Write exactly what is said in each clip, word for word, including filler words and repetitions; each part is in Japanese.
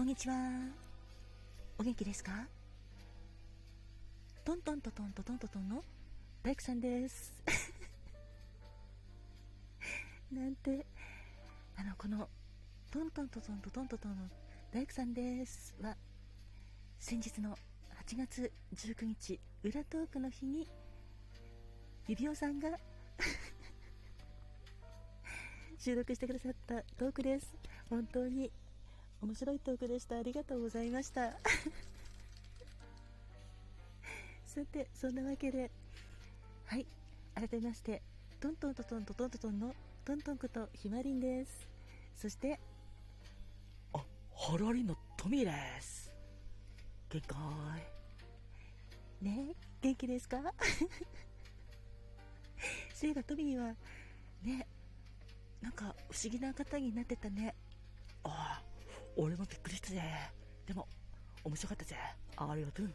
んにちは。お元気ですか？トントントトントトントトンの大工さんですなんて、あのこのトントントトントトントトンの大工さんですは、先日のはちがつじゅうくにち裏トークの日に指輪さんが収録してくださったトークです。本当に面白いトークでした。ありがとうございましたさて、そんなわけで、はい、改めましてトントントトントトントトンのトントンことひまりんです。そしてあ、ハラリのトミーです。元気かいね、元気ですかそういえばトミーはね、なんか不思議な方になってたね。 ああ、俺もびっくりしたぜ。でも面白かったぜ。ありがとう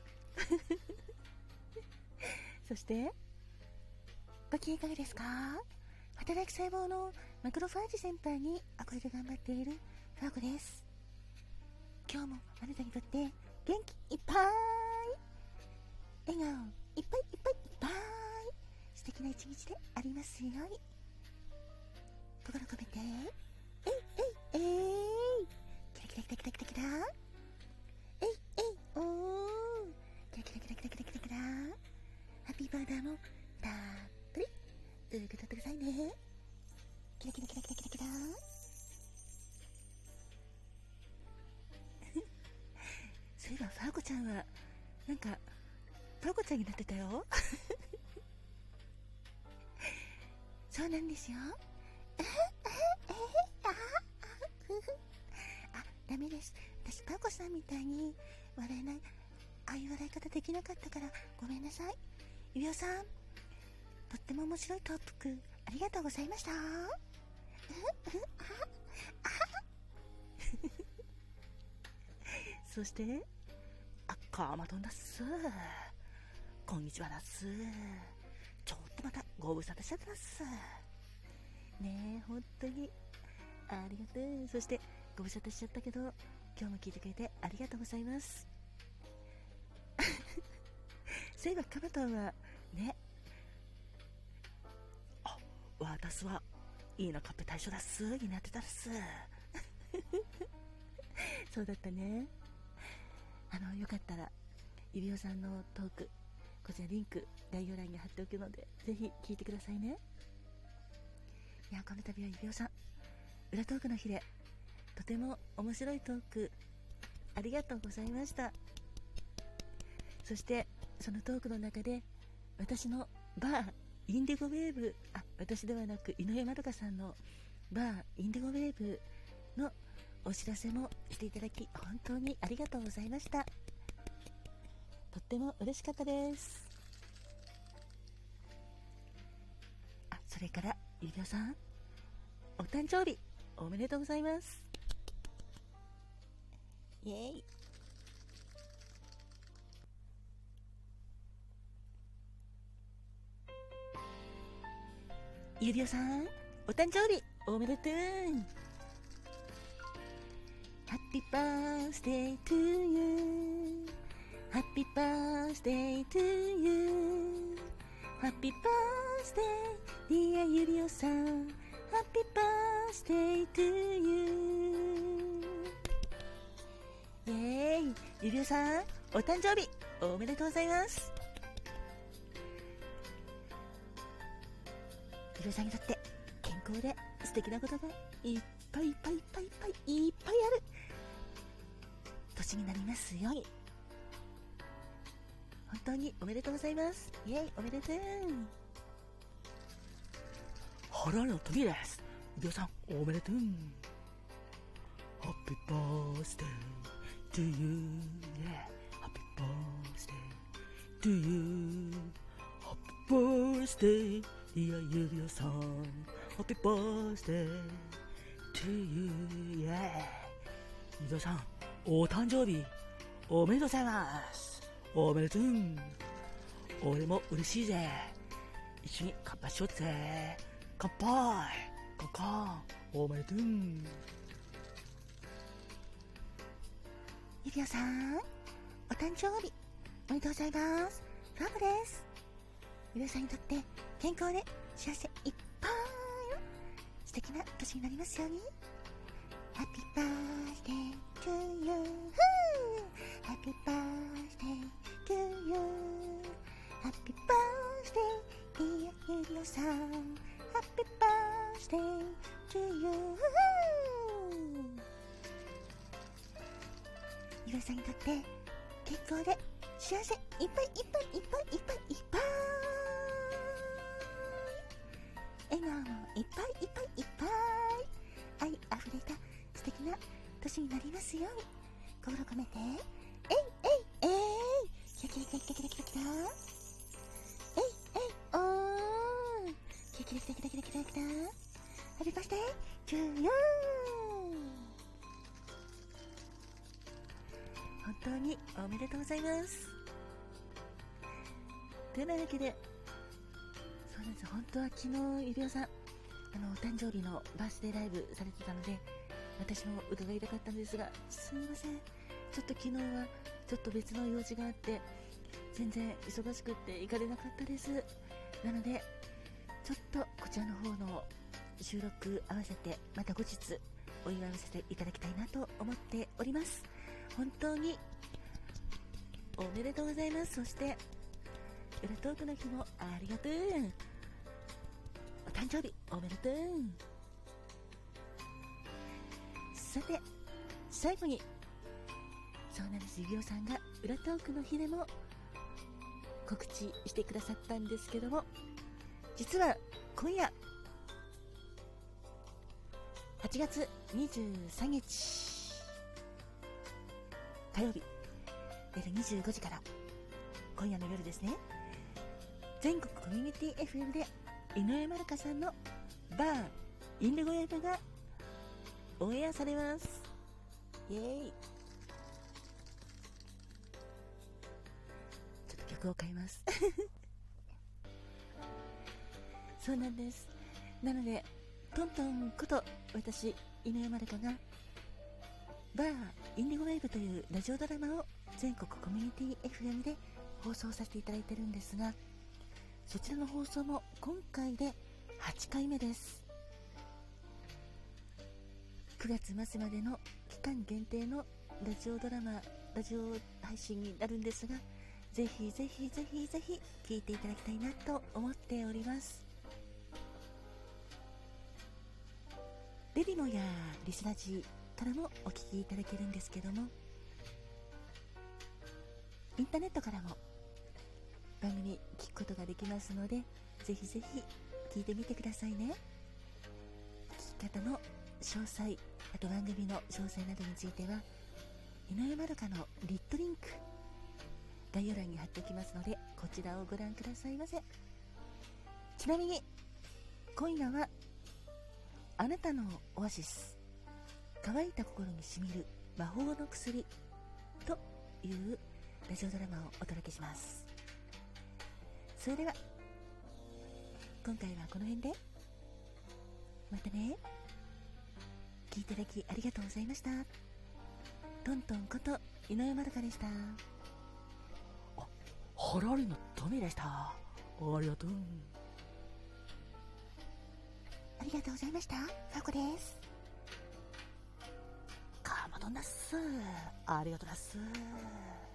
そしてご機嫌いかがですか？働く細胞のマクロファージ先輩に憧れて頑張っているファーコです。今日もあなたにとって元気いっぱい、笑顔いっぱいいっぱいいっぱい、素敵な一日でありますように。心込めて、えいえいえい、キラキラキラキラキラキラ、えいえいおー、キラキラキラキラキラキラキラ、ハッピーバーダーもたっぷり受け取ってくださいね。キラキラキラキラキラキラそういえばファーコちゃんはなんかファーコちゃんになってたよそうなんですよ。あ、ダメです。私パーコさんみたいに笑えない、ああいう笑い方できなかったからごめんなさい。ゆびおさん、とっても面白いトークありがとうございましたそしてあ、カーマトンだっす。こんにちはだっす。ちょっとまたご無沙汰しちゃったっすねえ、本当にありがとう。そしてご無沙汰しちゃったけど、今日も聞いてくれてありがとうございますそういえばカマトンはね、 あ、私はいいなカッペ対象だっすになってたっすそうだったね。あの、よかったらゆびおさんのトーク、こちらリンク概要欄に貼っておくので、ぜひ聞いてくださいね。いや、この度はゆびおさん、裏トークの日でとても面白いトークありがとうございました。そしてそのトークの中で私のバーインディゴウェーブ、あ、私ではなく井上まどかさんのバーインディゴウェーブのお知らせもしていただき、本当にありがとうございました。とっても嬉しかったです。あ、それからゆびおさん、お誕生日おめでとうございます。イエーイ。ゆびおさん、お誕生日おめでとう。Happy birthday to you, Happy birthday to you, Happy birthday dear ゆびおさん、Happy birthday to you。 イエーイ。ゆびおさん、お誕生日おめでとうございます。ゆびおさんにとって健康で素敵なことがいっぱいいっぱいいっぱいいっぱいいっぱいある年になりますように。本当におめでとうございます。イエイ、おめでとう。 ハラリのトミーです。ゆびおさんおめでとう。ハッピーバースデー to you、 yeah、 ハッピーバースデー to you、 ハッピーバースデーいやゆびおさん、ハッピーバースデー to you、 yeah。 ゆびおさんお誕生日おめでとうございます。おめでとう。俺も嬉しいぜ。一緒に乾杯しようぜ。乾杯。カンカン。おめでとう。 ゆりおさん、お誕生日おめでとうございます。ファーブです。ゆりおさんにとって健康で幸せいっぱいの素敵な年になりますように。ハッピーバースデートゥーユー。ハッピーバースデートゥーユー。ハッピーバースデーディアゆりおさん。ハッピーバースデートゥーユー。ゆりおさんにとって健康で幸せいっぱいいっぱいいっぱいいっぱいいっぱい、笑顔もいっぱいいっぱいいっぱい、愛あふれた素敵な年になりますように。心込めて、えいえいえい、キラキラキラキラキラキラキラ、えいえいおー、キラキラキラキラキラキラキラ、ハッピーバースデートゥーユー。本当におめでとうございます。てなわけで、そうなんです。本当は昨日ゆりおさん、あのお誕生日のバースデーライブされてたので、私も伺いたかったんですが、すみません。ちょっと昨日はちょっと別の用事があって全然忙しくって行かれなかったです。なのでちょっとこちらの方の収録合わせてまた後日お祝いをさせていただきたいなと思っております。本当におめでとうございます。そして裏トークの日もありがとう。お誕生日おめでとう。さて最後に、そうなんです。ゆりおさんが裏トークの日でも告知してくださったんですけども、実は今夜はちがつにじゅうさんにち火曜日夜にじゅうごじから、今夜の夜ですね、全国コミュニティ エフエム で井上まるかさんのバーインディゴウェーブがオンエアされます。イエーイ。ちょっと曲を変えますそうなんです。なのでトントンこと私井上まるかがバーインディゴウェーブというラジオドラマを全国コミュニティ エフエム で放送させていただいてるんですが、そちらの放送も今回ではちかいめです。くがつ末までの期間限定のラジオドラマラジオ配信になるんですが、ぜひぜひぜひぜひ聞いていただきたいなと思っております。レディモやリスラジからもお聞きいただけるんですけども、インターネットからも番組聞くことができますので、ぜひぜひ聞いてみてくださいね。聞き方の詳細、あと番組の詳細などについては井上まるかのリットリンク概要欄に貼っておきますので、こちらをご覧くださいませ。ちなみに今夜はあなたのオアシス、乾いた心にしみる魔法の薬というラジオドラマをお届けします。それでは今回はこの辺で、またね。聞いていただきありがとうございました。トントンこと井上まるかでした。 あ、ハラリのトミでした。ありがとう。 ありがとうございました。ファコです。 カマドナッス。ありがとうなっす。